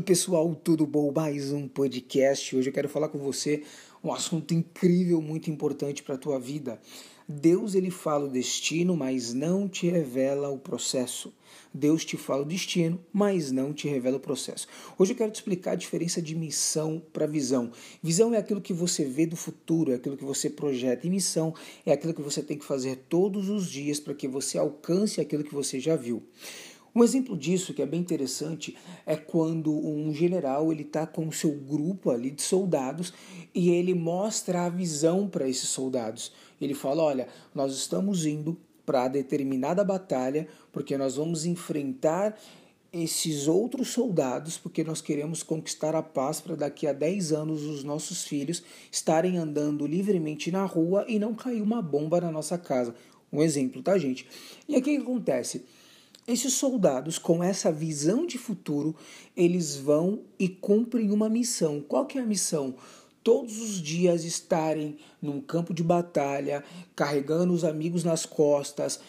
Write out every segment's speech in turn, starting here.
Pessoal, tudo bom? Mais um podcast. Hoje eu quero falar com você um assunto incrível, muito importante para a tua vida. Deus, ele fala o destino, mas não te revela o processo. Deus te fala o destino, mas não te revela o processo. Hoje eu quero te explicar a diferença de missão para visão. Visão é aquilo que você vê do futuro, é aquilo que você projeta. E missão é aquilo que você tem que fazer todos os dias para que você alcance aquilo que você já viu. Um exemplo disso, que é bem interessante, é quando um general ele está com o seu grupo ali de soldados e ele mostra a visão para esses soldados. Ele fala, olha, nós estamos indo para determinada batalha porque nós vamos enfrentar esses outros soldados porque nós queremos conquistar a paz para daqui a 10 anos os nossos filhos estarem andando livremente na rua e não cair uma bomba na nossa casa. Um exemplo, tá, gente? E aí o que acontece? Esses soldados, com essa visão de futuro, eles vão e cumprem uma missão. Qual que é a missão? Todos os dias estarem num campo de batalha, carregando os amigos nas costas,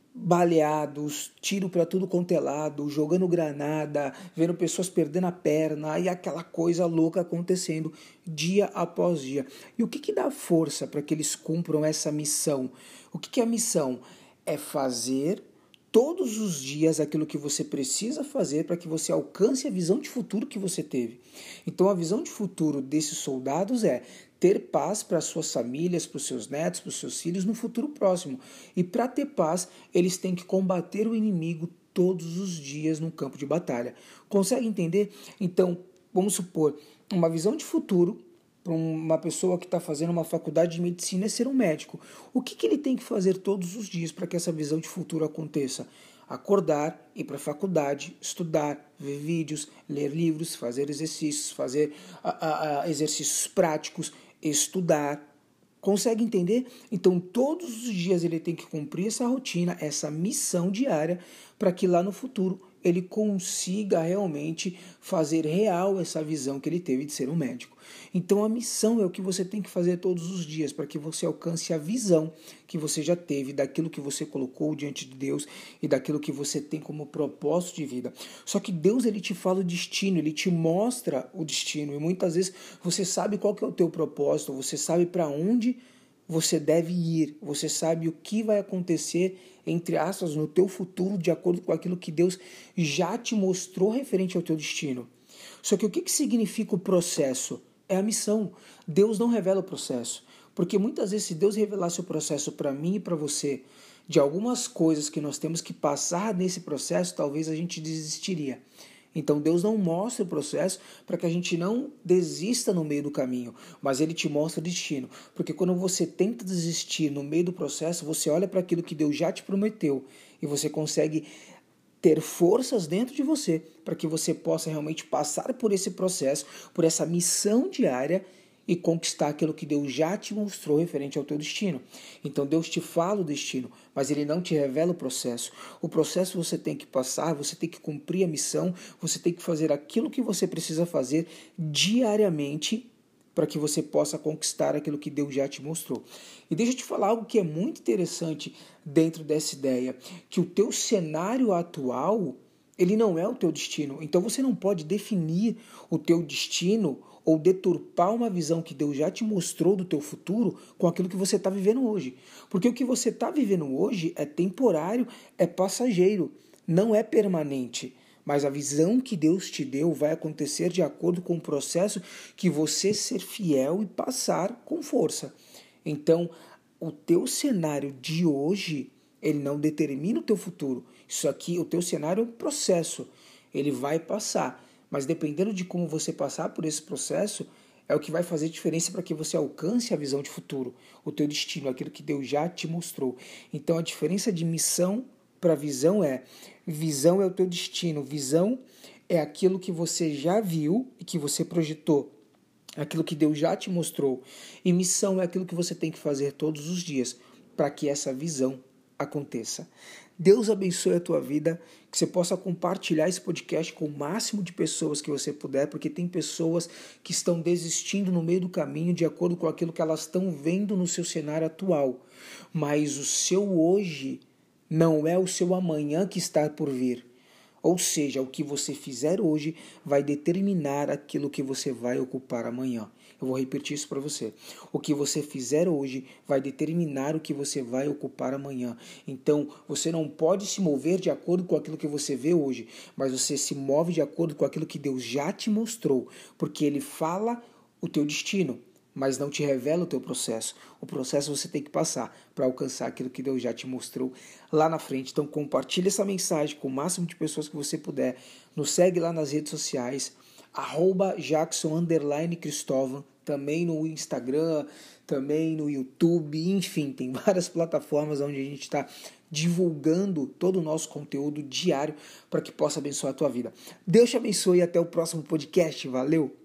baleados, tiro para tudo quanto é lado, jogando granada, vendo pessoas perdendo a perna e aquela coisa louca acontecendo dia após dia. E o que dá força para que eles cumpram essa missão? O que é a missão? É fazer todos os dias aquilo que você precisa fazer para que você alcance a visão de futuro que você teve. Então a visão de futuro desses soldados é ter paz para suas famílias, para os seus netos, para os seus filhos no futuro próximo. E para ter paz, eles têm que combater o inimigo todos os dias no campo de batalha. Consegue entender? Então, vamos supor, uma visão de futuro para uma pessoa que está fazendo uma faculdade de medicina é ser um médico. O que ele tem que fazer todos os dias para que essa visão de futuro aconteça? Acordar, ir para a faculdade, estudar, ver vídeos, ler livros, fazer exercícios, fazer exercícios práticos, estudar. Consegue entender? Então, todos os dias ele tem que cumprir essa rotina, essa missão diária, para que lá no futuro ele consiga realmente fazer real essa visão que ele teve de ser um médico. Então, a missão é o que você tem que fazer todos os dias para que você alcance a visão que você já teve daquilo que você colocou diante de Deus e daquilo que você tem como propósito de vida. Só que Deus, ele te fala o destino, ele te mostra o destino e muitas vezes você sabe qual que é o teu propósito, você sabe para onde você deve ir, você sabe o que vai acontecer, entre aspas, no teu futuro, de acordo com aquilo que Deus já te mostrou referente ao teu destino. Só que o que significa o processo? É a missão. Deus não revela o processo. Porque muitas vezes, se Deus revelasse o processo para mim e para você, de algumas coisas que nós temos que passar nesse processo, talvez a gente desistiria. Então Deus não mostra o processo para que a gente não desista no meio do caminho, mas Ele te mostra o destino. Porque quando você tenta desistir no meio do processo, você olha para aquilo que Deus já te prometeu e você consegue ter forças dentro de você para que você possa realmente passar por esse processo, por essa missão diária e conquistar aquilo que Deus já te mostrou referente ao teu destino. Então Deus te fala o destino, mas Ele não te revela o processo. O processo você tem que passar, você tem que cumprir a missão, você tem que fazer aquilo que você precisa fazer diariamente para que você possa conquistar aquilo que Deus já te mostrou. E deixa eu te falar algo que é muito interessante dentro dessa ideia, que o teu cenário atual, ele não é o teu destino. Então você não pode definir o teu destino ou deturpar uma visão que Deus já te mostrou do teu futuro com aquilo que você está vivendo hoje. Porque o que você está vivendo hoje é temporário, é passageiro, não é permanente. Mas a visão que Deus te deu vai acontecer de acordo com o processo que você ser fiel e passar com força. Então, o teu cenário de hoje, ele não determina o teu futuro. Isso aqui, o teu cenário é um processo. Ele vai passar. Mas dependendo de como você passar por esse processo, é o que vai fazer diferença para que você alcance a visão de futuro, o teu destino, aquilo que Deus já te mostrou. Então a diferença de missão para visão é o teu destino, visão é aquilo que você já viu e que você projetou, aquilo que Deus já te mostrou. E missão é aquilo que você tem que fazer todos os dias para que essa visão aconteça. Deus abençoe a tua vida, que você possa compartilhar esse podcast com o máximo de pessoas que você puder, porque tem pessoas que estão desistindo no meio do caminho de acordo com aquilo que elas estão vendo no seu cenário atual. Mas o seu hoje não é o seu amanhã que está por vir. Ou seja, o que você fizer hoje vai determinar aquilo que você vai ocupar amanhã. Eu vou repetir isso para você. O que você fizer hoje vai determinar o que você vai ocupar amanhã. Então, você não pode se mover de acordo com aquilo que você vê hoje, mas você se move de acordo com aquilo que Deus já te mostrou, porque Ele fala o teu destino, mas não te revela o teu processo. O processo você tem que passar para alcançar aquilo que Deus já te mostrou lá na frente. Então compartilhe essa mensagem com o máximo de pessoas que você puder. Nos segue lá nas redes sociais, @Jackson_Cristóvão, também no Instagram, também no YouTube, enfim, tem várias plataformas onde a gente está divulgando todo o nosso conteúdo diário para que possa abençoar a tua vida. Deus te abençoe e até o próximo podcast. Valeu!